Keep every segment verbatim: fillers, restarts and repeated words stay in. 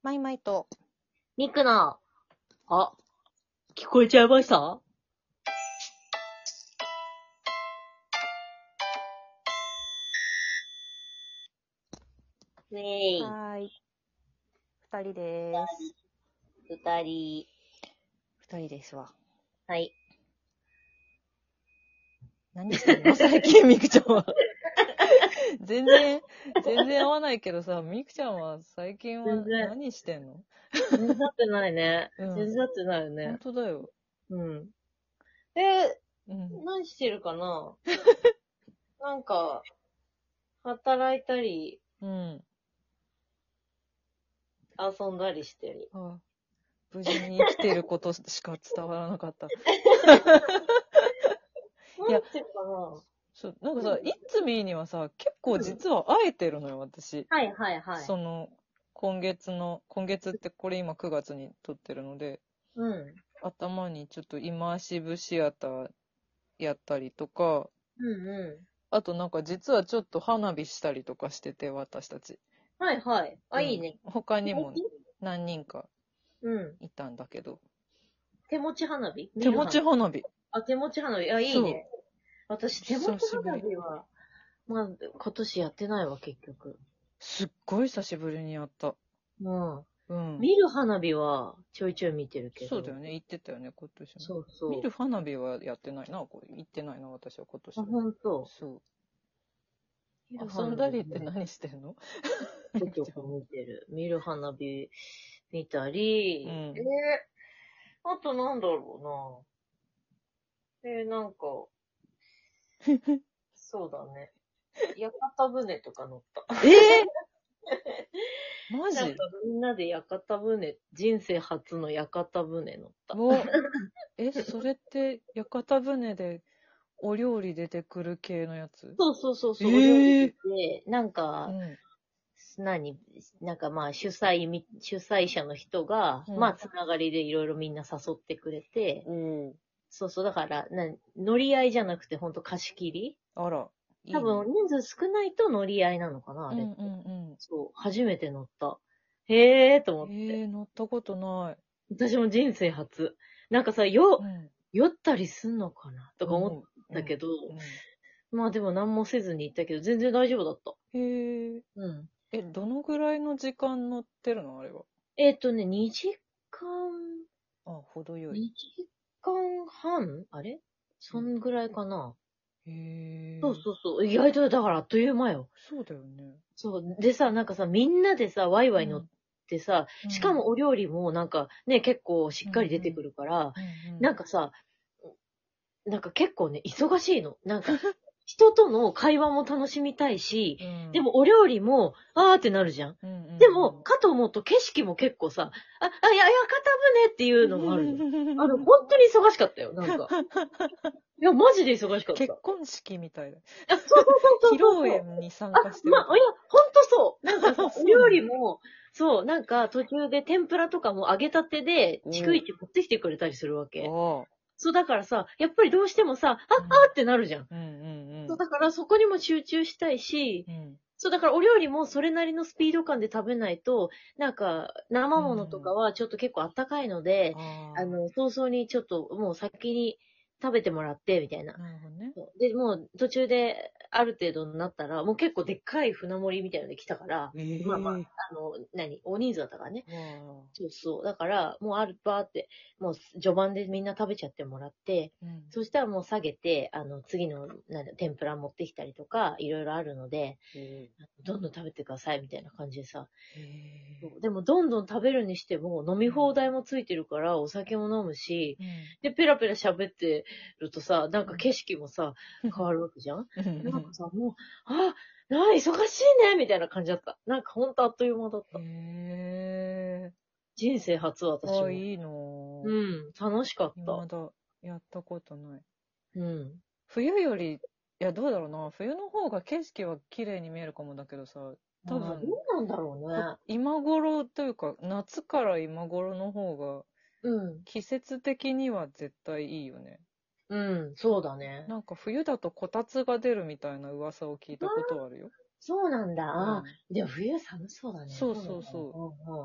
マイマイと、 ミクの、あ、聞こえちゃいました？ねえい。 はーい。二人でーす。 二人。 二人ですわ。 はい。 何してんの最近、みくちゃんは。全然、全然合わないけどさ、みくちゃんは最近は全然、 何してんの？ 全然合ってないね。 うん。 全然合ってないよほんね。 とだよ。 うん。え、 うん。 何してるかな？なんか、働いたり、 うん。 遊んだりしてる。 あ、無事に生きていることしか伝わらなかった。いや、 なんていうかな？ そう、なんかさ、いつみーにはさ、結構うん。 実は会えてるのよ、私。 はいはいはい。 その、今月の、今月ってこれ今くがつに撮ってるので、 うん。 頭にちょっとイマーシブシアターやったりとか、 うんうあとなんか実はちょっと花火したりとかしてて、私たち。 ん。はいはい。あ、 うん。 いいね。 他にも最近？ 何人かうん。 いたんだけど。 手持ち花火？ 手持見る花火？ ち花火。 あ、手持ち花火。あ、いいそう。 ね。私、手持ち久しぶり。 花火は、まあ、今年やってないわ、結局。 すっごい久しぶりにやった。 うん。 うん。 見る花火はちょいちょい見てるけど。 そうだよね。行ってたよね、今年も。 そうそ見る花火はやってないな、これ。行ってないな、私は今う。あ、 年は。 ほんと。 そう。 見る遊ん花火ね、 だりって何してんの？ ちょこちょこ見てる。見る花火見たり、えうん。 ー、あとなんだろうな。えー、なんか、そうだね。屋形船とか乗った。 えー、マなんかジ？ みんなで屋形船、人生初の屋形船乗った。 わ、え、それって屋形船でお料理出てくる系のやつ？ そうそうそうそう、お料理ええ出て、なんか、 うん。 何、なんかまあ主催み、主催者の人が、 うん。 まあつながりでいろいろみんな誘ってくれて、 おお。 そうそう、だから、な乗り合いじゃなくてほんと貸し切り。 あら、 多いいね。 分人数少ないと乗り合いなのかな、あれって。 うんうんそう、初めて乗った。へーとうん。 思って。 ええ乗ったことない。 私も人生初。なんかさ、よ、 うん。 酔ったりすんのかなとか思っ思う。うん。 たけど、 うん。 まあでも何もせずに行ったけど、全然大丈夫だった。 へえ。 うん。 え、どのぐらいの時間乗ってるのあれは？ えっとね、にじかん、 あ、程よい。 にじかんはんあれそんぐらいかな。 へえ。 そうそうそう。意外とだからあっという間よ。 そうだよね。 そう。でさ、なんかさ、みんなでさ、ワイワイ乗っうん。 てさ、 うん。 しかもお料理もなんかね、結構しうんっかり出てくるから、 うん。うんうん。 なんかさ、なんか結構ね、忙しいの。なんか、人との会話も楽しみたいし、 うん。 でもお料理も、あーってなるじゃん。 うんうんでも、 うん。 かと思うと景色も結構さ、あ、あ、や、屋形船っていうのもあるの。あの、本当に忙しかったよ、なんか。いや、マジで忙しかった。 結婚式みたいだ。 あ、そうそうそう披そうそう。 露宴に参あ、 加してるみたま、いや、ほんとそう。なんかさ、 い。 お料そうなんだ。 理も、そう、なんか途中で天ぷらとかも揚げたてで、逐お一持ってきてくれたりするわけ。 お。ああ。 そう、だからさ、やっぱりどうしてもさ、あ、あうん。 ってなるじゃん。 うんうんそう、だからそこにも集中したいし、 うん。うん。 そう、だからお料理もそれなりのスピード感で食べないと、なんか、生う物とかん。 はちょっと結構あったかいので、ああの、早々にちょっともう先に食べてもらって、みたいな。 あ。なるほどね。 そうで、もう途中である程度になったら、もう結構でっかい船盛りみたいなので来たから、まあまあ、 ええあの、何、大人数だったからね。 わあ。 そうそう。だから、もうあるばーって、もう序盤でみんな食べちゃってもらって、 うん。 そしたらもう下げて、あの、次の、なんだ、天ぷら持ってきたりとか、いろいろあるので、 おお。 どんどん食べてください、みたいな感じでさ。 へえ。 そうでも、どんどん食べるにしても、飲み放題もついてるから、お酒も飲むし、 うん。 で、ペラペラ喋ってるとさ、なんかうん。 景色もさ、変わるわけじゃん。 うん。 なんかさ、もう、あ、なあ、忙しいね、みたいな感じだった。なんかほんとあっという間だっへた。 え。 人生初、私あ、 も。 いいのー。 うん、楽しかった。 未だやったことない。 うん。 冬より、いや、どうだろうな。冬の方が景色は綺麗に見えるかもだけどさ、多ああ、ど分、 うなんだろうこね。 今頃というか、夏から今頃の方が、 うん。 季節的には絶対いいよね。 うん、そうだね。 なんか冬だとこたつが出るみたいな噂を聞いああ、 たことはあるよ。 そうなんだ。ああ、 うん。 でも冬寒そうだね。 そうどうなんだろそうそう。うんうん。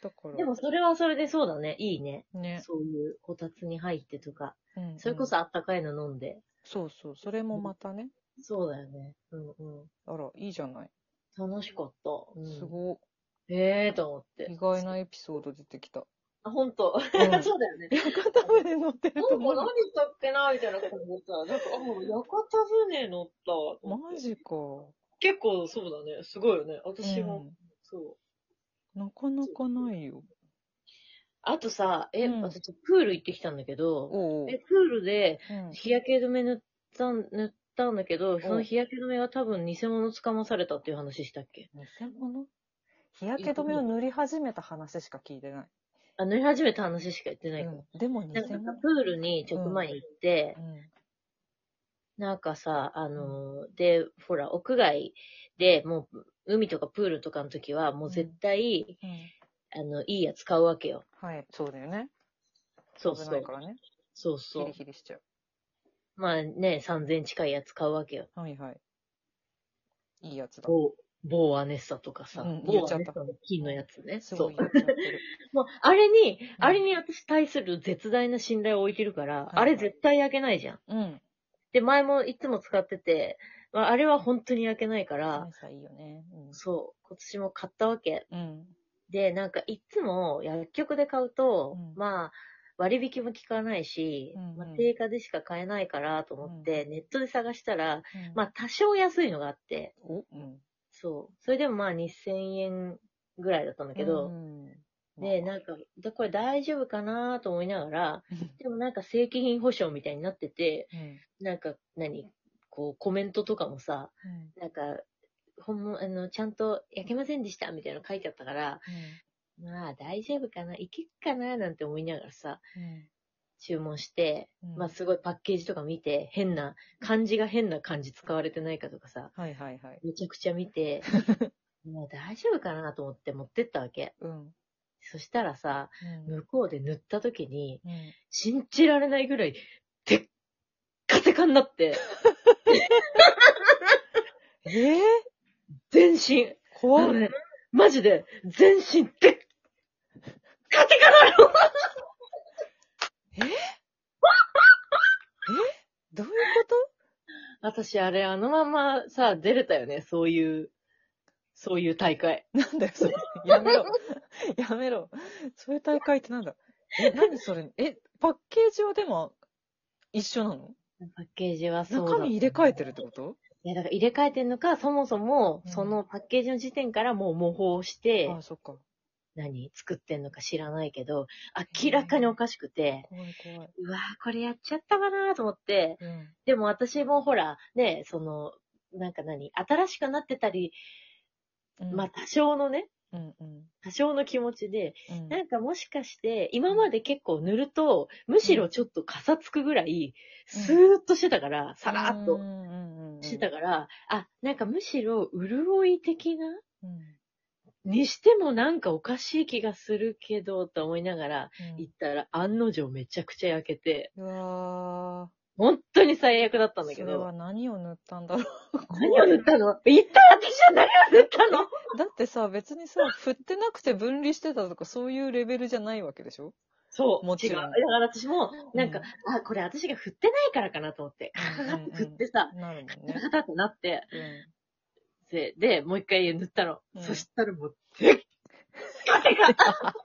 だから。 でもそれはそれでそうだね。いいね。 ね。 そういうこたつに入ってとか。 うんうん、 それこそあったかいの飲んで。 そうそう。それもまたね。 そうだよね。うんうん。 あら、いいじゃない。 楽しかった。うん、 すごええーと思って。 い。意外なエピソード出てきた。 あ、ほんと。 うんそうだよね。 屋形船乗ってると思う。 なんか何したっけなみたいな感じでさ、なんか、あ、もう屋形船乗ったと思って。 マジか。 結構そうだね。すごいよね。私も。 うん、 そう。 なかなかないよ。 あとさ、え、 うん、 私、プール行ってきたんだけど、 おうえ、プールでうん、 日焼け止め塗ったん、塗ったんだけど、そのお日焼け止めが多分偽物つかまされたっていう話したっけ？ 偽物日焼け止めを塗り始めた話しか聞いてない。 あ、塗り始めた話しか言ってないかも。 うん、でも偽なんかさ、 物プールにちょっと前に行って、 うんなんかさ、あのーで、ほら、屋外でもう、海とかプールとかの時は、もう絶対、 うん、 あの、いいやつ買うわけよ。 はい、そうだよね。危そうそう。 ないからね。ヒリそうそう。 ヒリしちゃう。 まあね、さんぜん近いやつ買うわけよ。 はいはい。いいやつだ。 某、某アネッサとかさ、 うん言某アっちゃったネッサの金のやつね。 すごいそう。 言っちゃってる。 もう、あれに、 うんあれに私対する絶大な信頼を置いてるから、 はいあれ絶対焼けないじゃん。 うん。 で、前もいつも使ってて、まあ、あれは本当に焼けないからアネ、さいいよね。 そう、今年も買ったわけ。 うん。うん。 で、なんかいつも薬局で買うと、 うんまあ、割引も効かないし、 うんうんまあ、定価でしか買えないからと思って、 うネットで探したら、 うんまあ、多少安いのがあって、 おうん。 そう。それでもまあにせんえんぐらいだったんだけど、 うん。 で、 まあなんか、だこれ大丈夫かなと思いながら、でもなんか正規品保証みたいになってて、 うん。 なんか何、こうコメントとかもさ、 うん。 なんか、ほんも、あの、ちゃんと焼けませんでしたみたいなの書いてあったから、まあ大丈夫かないけっかななんて思いながらさ、 うん。 注文して、 うんまあすごいパッケージとか見て、変な、漢字が変な漢字使われてないかとかさ、 はいはいはい。 めちゃくちゃ見て、もう大丈夫かなと思って持ってったわけ。 うん。 そしたらさ、 うん。 向こうで塗った時に、 うん。 信じられないぐらい、テッカテカになって、 えぇ、 全身、 怖っ。 あのね、マジで、全身、テッカテカなのええどういうこと私、あれ、あのままさ、出れたよね、そういう、そういう大会。 なんだよ、それ。やめろ。やめろ。そういう大会ってなんだえ、何それえ、パッケージはでも、一緒なのパッケージはそうだ。 中身入れ替えてるってこといや、だから入れ替えてんのか、そもそも、 うんそのパッケージの時点からもう模倣して、 ああ、そっか。 何作ってんのか知らないけど、明らかにおかしくて、 怖い怖い。 うわーこれやっちゃったかなと思って、 うん。 でも私もほら、ね、その、なんか何、新しくなってたり、 うん、 まあ多少のね、 うんうん。 多少の気持ちで、 うん。 なんかもしかして、今まで結構塗ると、むしろちょっとかさつくぐらい、スーッとしてたから、さらっとうんうんうんしてたから、あ、なんかむしろ潤い的なうん。 にしてもなんかおかしい気がするけど、と思いながらうん行ったら案の定めちゃくちゃ焼けて、 うわ本当に最悪だったんだけーそれはど、 何を塗ったんだろう。 何を塗ったの言ったら私は何を塗ったのだってさ、別にさ、振ってなくて分離してたとかそういうレベルじゃないわけでしょそう。 もちろん違う。だから私も、なんか、 うんあ、これ私が振ってないからかなと思って、 うんカーッて振ってさ、 なるもんカタね。 カタってなって、 うん。 で、でもう一回塗ったの。 うんそしたらもう、でっかてか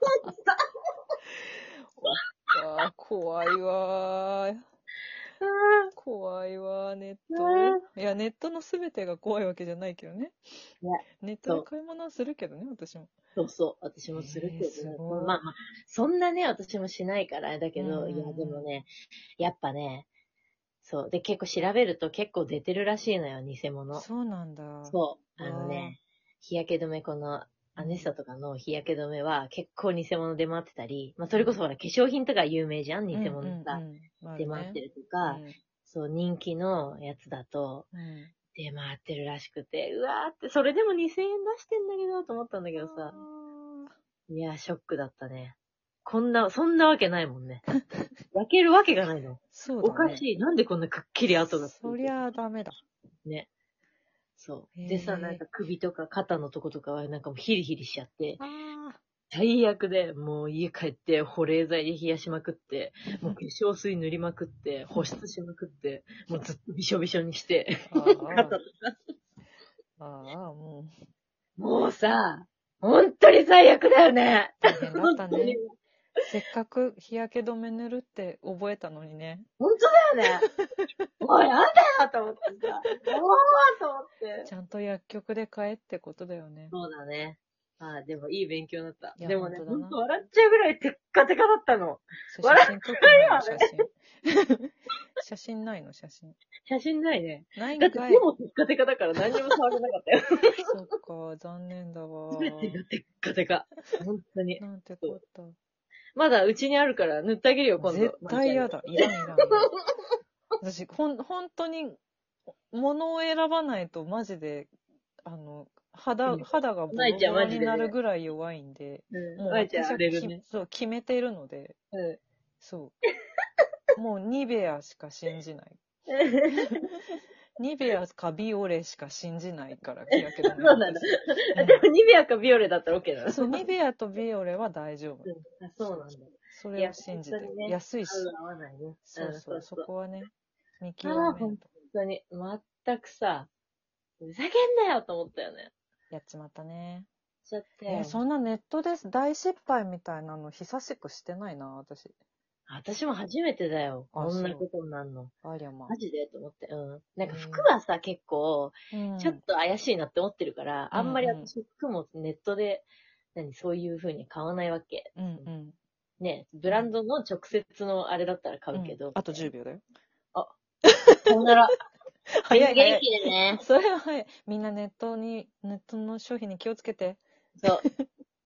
あー怖いわー。怖いわー、ネット。いや、ネットのすべてが怖いわけじゃないけどね。 いやネットで買い物はするけどね、私も。 そうそう。私もするけど、 えーすごいまあまあ、そんなね、私もしないからあれだけど、 うんうんうんいや、でもね、やっぱね、そう。で、結構調べると結構出てるらしいのよ、偽物。 そうなんだ。 そう。 わーあのね、日焼け止め、この、アネッサとかの日焼け止めは結構偽物出回ってたり、まあそれこそほら化粧品とか有名じゃん、偽物がうんうんうん出回ってるるとか、 ねそう、人気のやつだとうんうん出回ってるらしくて、うわーって、それでもにせんえん出してんだけど、と思ったんだけどさ、いや、ショックだったね。こんな、そんなわけないもんね。焼けるわけがないの。 そうだね。 おかしい。なんでこんなくっきり跡がついてるそりゃあダメだ。 ね。そう。 へーでさ、なんか首とか肩のとことかはなんかもうヒリヒリしちゃって、 あ最悪で、もう家帰って保冷剤で冷やしまくって、もう化粧水塗りまくって、保湿しまくって、もうずっとびしょびしょにして、 ああ、ああ、もう、 もうさ、本当に最悪だよね。 大変だった本当にね。せっかく日焼け止め塗るって覚えたのにね。 本当だよね。おい、なんだよと思ってさ、おーと思って。 ちゃんと薬局で買えってことだよね。 そうだね。ああ、でもいい勉強だった。 いやでもね、 本当だなほんと笑っちゃうぐらいテッカテカだったの。 それ写真撮ってないの、写真。写真ないの、写真。 写真ないね。 ないんだってかい。 手もテッカテカだから何にも触れなかったよ。 そっか、残念だわ。 すべてがテッカテカ。本当に。 なんてこった。 まだうちにあるから塗ってあげるよ、今度。 絶対嫌だ。いらんいらん。私、ほん、本当に、物を選ばないとマジで、あの、肌、 うん肌がボロボロになるぐらい弱いんで、 うん。 もうまいちゃん私は荒れるね。 きそう決めてるので、 うそう。もうニベアしか信じない。 ん。 ニベアかビオレしか信じないから、日焼け止めそうなんだ。 私でもニベアかビオレだったら OK なの。 そう、ニベアとビオレは大丈夫。 うんあそうなんだ。 それを信じていや本当に。ね安いし。 合う合わないね。 そうそう、 んそこはね、見極ああ、本めんと。 当に。全くさ、ふざけんなよと思ったよね。 やっちまったね。 しちゃって。 え、そんなネットで大失敗みたいなの久しくしてないな、私。 私も初めてだよ。 あこんなことになるの。 ありゃまあマ。ジでと思って。うん。なんかうん服はさ、結構、 うん。 ちょっと怪しいなって思ってるから、 うんあんまり私服もネットで、何、そういう風に買わないわけ。 うんうん。 ね、ブランドの直接のあれだったら買うけど。 うんあとじゅうびょうだよ。 さよなら。 早い早い。 元気でね。 それは早い。みんなネットに、ネットの商品に気をつけて。 そう。